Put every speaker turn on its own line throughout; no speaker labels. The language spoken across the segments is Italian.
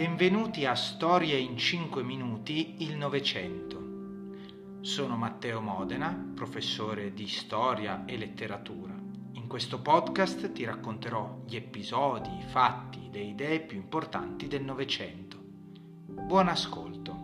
Benvenuti a Storie in 5 minuti, il Novecento. Sono Matteo Modena, professore di storia e letteratura. In questo podcast ti racconterò gli episodi, i fatti, le idee più importanti del Novecento. Buon ascolto.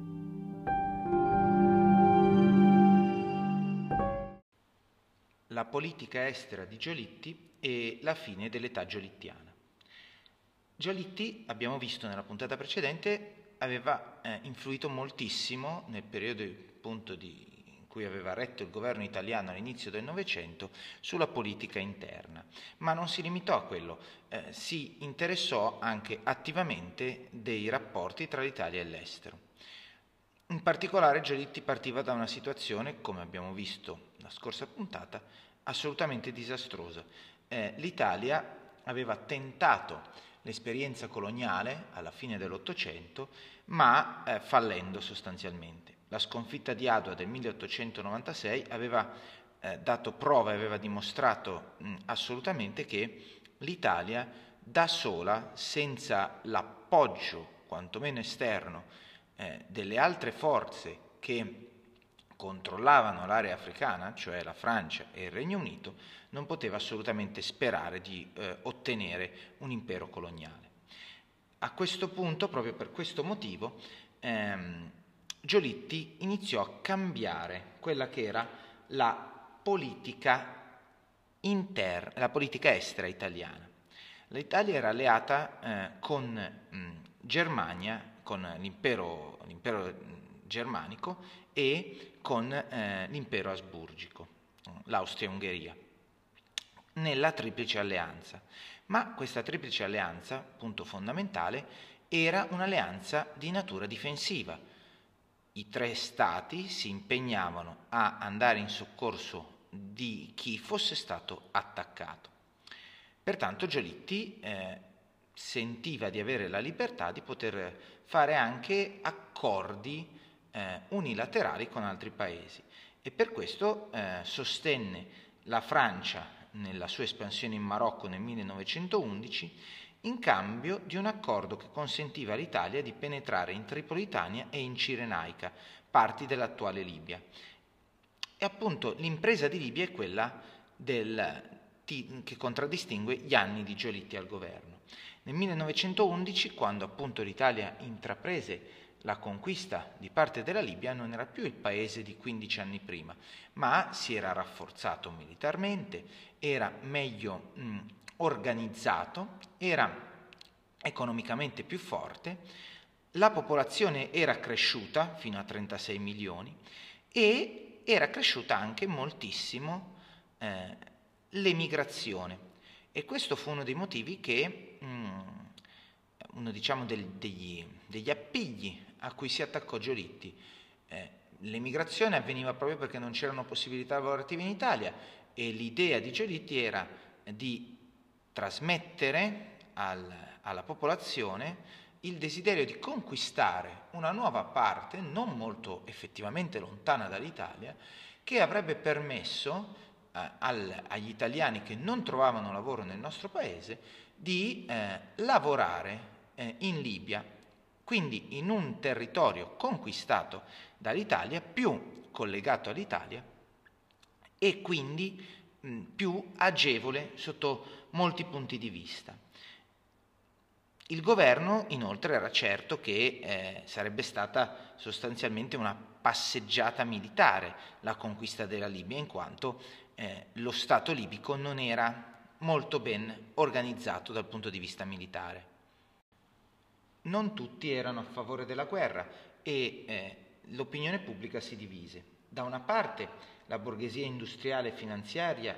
La politica estera di Giolitti e la fine dell'età giolittiana. Giolitti, abbiamo visto nella puntata precedente, aveva influito moltissimo nel periodo in cui aveva retto il governo italiano all'inizio del Novecento sulla politica interna, ma non si limitò a quello, si interessò anche attivamente dei rapporti tra l'Italia e l'estero. In particolare Giolitti partiva da una situazione, come abbiamo visto la scorsa puntata, assolutamente disastrosa. L'Italia aveva tentato l'esperienza coloniale alla fine dell'Ottocento, ma fallendo sostanzialmente. La sconfitta di Adua del 1896 aveva dato prova e aveva dimostrato assolutamente che l'Italia da sola, senza l'appoggio quantomeno esterno delle altre forze che controllavano l'area africana, cioè la Francia e il Regno Unito, non poteva assolutamente sperare di ottenere un impero coloniale. A questo punto, proprio per questo motivo, Giolitti iniziò a cambiare quella che era la politica estera italiana. L'Italia era alleata con Germania, con l'impero germanico e con l'impero asburgico, l'Austria-Ungheria, nella Triplice Alleanza. Ma questa Triplice Alleanza, punto fondamentale, era un'alleanza di natura difensiva. I tre stati si impegnavano a andare in soccorso di chi fosse stato attaccato. Pertanto Giolitti sentiva di avere la libertà di poter fare anche accordi unilaterali con altri paesi e per questo sostenne la Francia nella sua espansione in Marocco nel 1911 in cambio di un accordo che consentiva all'Italia di penetrare in Tripolitania e in Cirenaica, parti dell'attuale Libia. E appunto l'impresa di Libia è quella che contraddistingue gli anni di Giolitti al governo. Nel 1911, quando appunto l'Italia intraprese la conquista di parte della Libia, non era più il paese di 15 anni prima, ma si era rafforzato militarmente, era meglio organizzato, era economicamente più forte, la popolazione era cresciuta fino a 36 milioni e era cresciuta anche moltissimo l'emigrazione. E questo fu uno dei motivi che, uno diciamo degli appigli a cui si attaccò Giolitti. L'emigrazione avveniva proprio perché non c'erano possibilità lavorative in Italia e l'idea di Giolitti era di trasmettere alla popolazione il desiderio di conquistare una nuova parte, non molto effettivamente lontana dall'Italia, che avrebbe permesso agli italiani che non trovavano lavoro nel nostro paese di lavorare in Libia, quindi in un territorio conquistato dall'Italia, più collegato all'Italia e quindi più agevole sotto molti punti di vista. Il governo inoltre era certo che sarebbe stata sostanzialmente una passeggiata militare la conquista della Libia, in quanto lo Stato libico non era molto ben organizzato dal punto di vista militare. Non tutti erano a favore della guerra e l'opinione pubblica si divise. Da una parte la borghesia industriale e finanziaria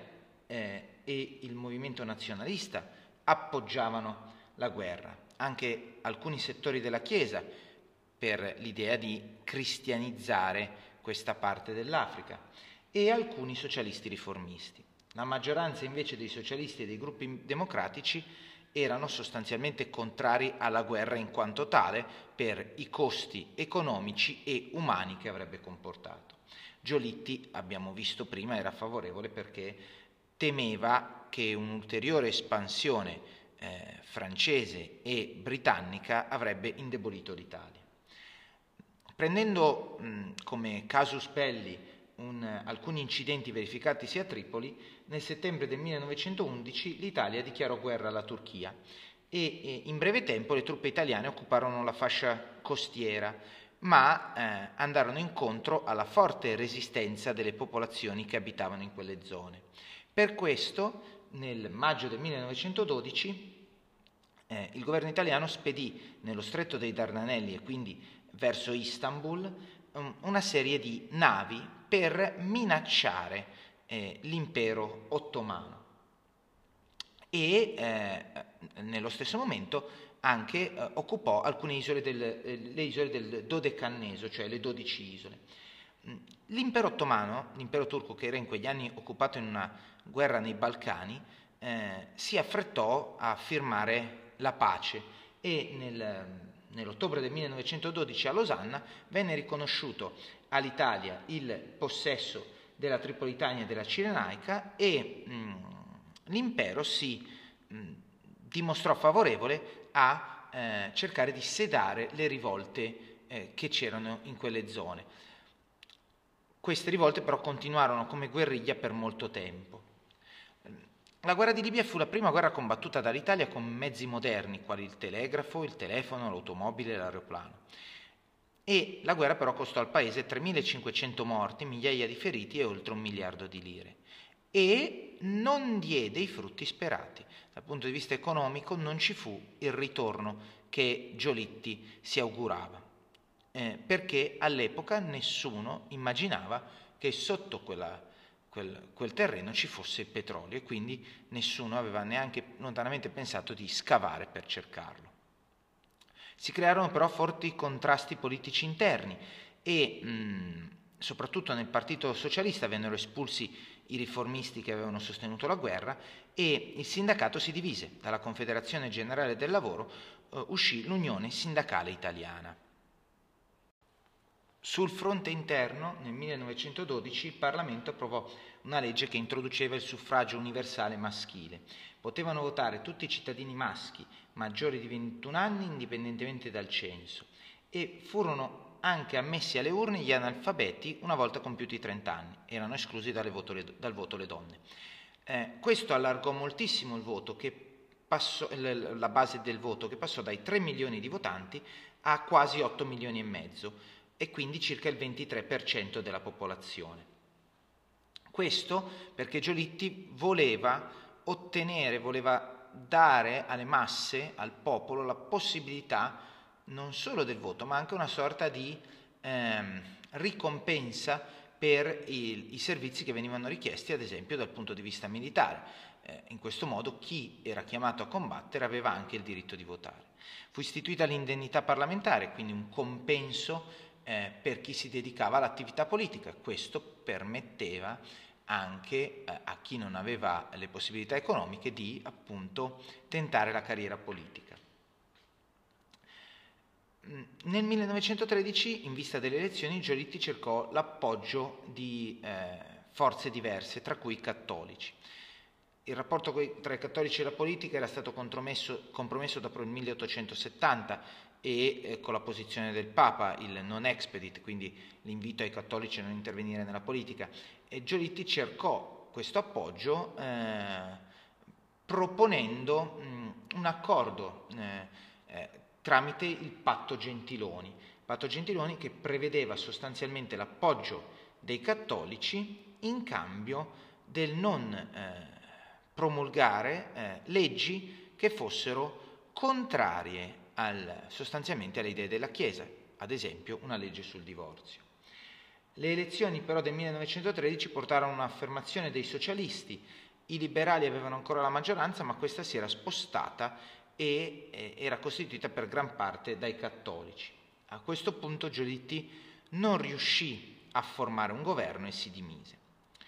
e il movimento nazionalista appoggiavano la guerra, anche alcuni settori della Chiesa per l'idea di cristianizzare questa parte dell'Africa e alcuni socialisti riformisti. La maggioranza invece dei socialisti e dei gruppi democratici erano sostanzialmente contrari alla guerra in quanto tale per i costi economici e umani che avrebbe comportato. Giolitti, abbiamo visto prima, era favorevole perché temeva che un'ulteriore espansione francese e britannica avrebbe indebolito l'Italia. Prendendo come casus belli alcuni incidenti verificatisi a Tripoli, nel settembre del 1911 l'Italia dichiarò guerra alla Turchia e in breve tempo le truppe italiane occuparono la fascia costiera, ma andarono incontro alla forte resistenza delle popolazioni che abitavano in quelle zone. Per questo, nel maggio del 1912, il governo italiano spedì nello stretto dei Dardanelli e quindi verso Istanbul una serie di navi per minacciare l'impero ottomano e nello stesso momento anche occupò alcune isole le isole del Dodecanneso, cioè le 12 isole. L'impero ottomano, l'impero turco che era in quegli anni occupato in una guerra nei Balcani, si affrettò a firmare la pace e nell'ottobre del 1912 a Losanna venne riconosciuto all'Italia il possesso della Tripolitania e della Cirenaica e l'impero si dimostrò favorevole a cercare di sedare le rivolte che c'erano in quelle zone. Queste rivolte però continuarono come guerriglia per molto tempo. La guerra di Libia fu la prima guerra combattuta dall'Italia con mezzi moderni, quali il telegrafo, il telefono, l'automobile e l'aeroplano. E la guerra però costò al paese 3.500 morti, migliaia di feriti e oltre 1 miliardo di lire. E non diede i frutti sperati. Dal punto di vista economico non ci fu il ritorno che Giolitti si augurava, perché all'epoca nessuno immaginava che sotto quel terreno ci fosse il petrolio e quindi nessuno aveva neanche lontanamente pensato di scavare per cercarlo. Si crearono però forti contrasti politici interni e soprattutto nel Partito Socialista vennero espulsi i riformisti che avevano sostenuto la guerra e il sindacato si divise. Dalla Confederazione Generale del Lavoro uscì l'Unione Sindacale Italiana. Sul fronte interno, nel 1912, il Parlamento approvò una legge che introduceva il suffragio universale maschile. Potevano votare tutti i cittadini maschi maggiori di 21 anni indipendentemente dal censo e furono anche ammessi alle urne gli analfabeti una volta compiuti 30 anni, erano esclusi dal voto le donne. Questo allargò moltissimo il voto la base del voto che passò dai 3 milioni di votanti a quasi 8 milioni e mezzo e quindi circa il 23% della popolazione. Questo perché Giolitti voleva dare alle masse, al popolo, la possibilità non solo del voto, ma anche una sorta di ricompensa per i servizi che venivano richiesti, ad esempio dal punto di vista militare. In questo modo chi era chiamato a combattere aveva anche il diritto di votare. Fu istituita l'indennità parlamentare, quindi un compenso per chi si dedicava all'attività politica. Questo permetteva anche a chi non aveva le possibilità economiche di appunto tentare la carriera politica. Nel 1913, in vista delle elezioni, Giolitti cercò l'appoggio di forze diverse, tra cui i cattolici. Il rapporto tra i cattolici e la politica era stato compromesso dopo il 1870 e con la posizione del Papa, il non expedit, quindi l'invito ai cattolici a non intervenire nella politica. E Giolitti cercò questo appoggio proponendo un accordo tramite il Patto Gentiloni. Patto Gentiloni che prevedeva sostanzialmente l'appoggio dei cattolici in cambio del non promulgare leggi che fossero contrarie sostanzialmente alle idee della Chiesa, ad esempio una legge sul divorzio. Le elezioni però del 1913 portarono un'affermazione dei socialisti. I liberali avevano ancora la maggioranza, ma questa si era spostata e era costituita per gran parte dai cattolici. A questo punto Giolitti non riuscì a formare un governo e si dimise.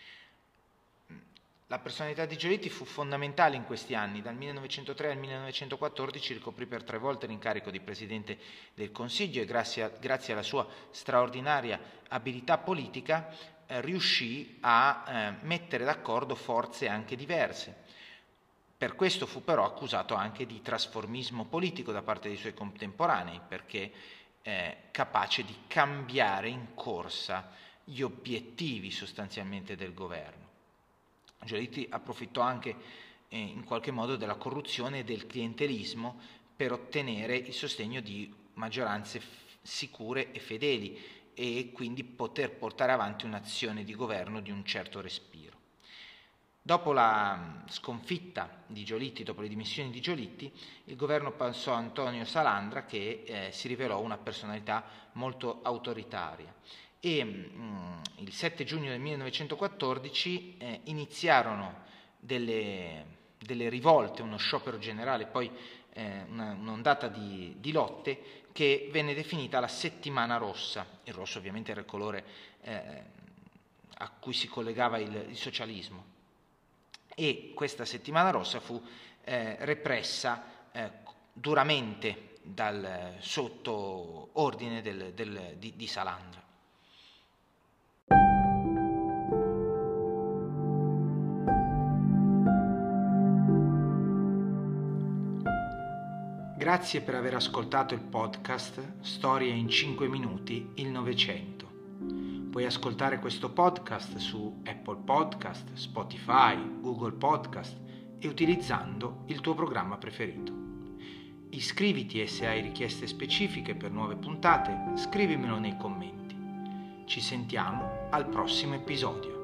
La personalità di Giolitti fu fondamentale in questi anni. Dal 1903 al 1914 ricoprì per 3 volte l'incarico di Presidente del Consiglio e grazie alla sua straordinaria abilità politica riuscì a mettere d'accordo forze anche diverse. Per questo fu però accusato anche di trasformismo politico da parte dei suoi contemporanei, perché capace di cambiare in corsa gli obiettivi sostanzialmente del governo. Giolitti approfittò anche in qualche modo della corruzione e del clientelismo per ottenere il sostegno di maggioranze sicure e fedeli e quindi poter portare avanti un'azione di governo di un certo respiro. Dopo la sconfitta di Giolitti, dopo le dimissioni di Giolitti, il governo passò a Antonio Salandra, che si rivelò una personalità molto autoritaria. E il 7 giugno del 1914 iniziarono delle rivolte, uno sciopero generale, poi un'ondata di lotte che venne definita la Settimana Rossa. Il rosso ovviamente era il colore a cui si collegava il socialismo. E questa Settimana Rossa fu repressa duramente sotto ordine di Salandra. Grazie per aver ascoltato il podcast Storie in 5 minuti, il Novecento. Puoi ascoltare questo podcast su Apple Podcast, Spotify, Google Podcast e utilizzando il tuo programma preferito. Iscriviti e se hai richieste specifiche per nuove puntate, scrivimelo nei commenti. Ci sentiamo al prossimo episodio.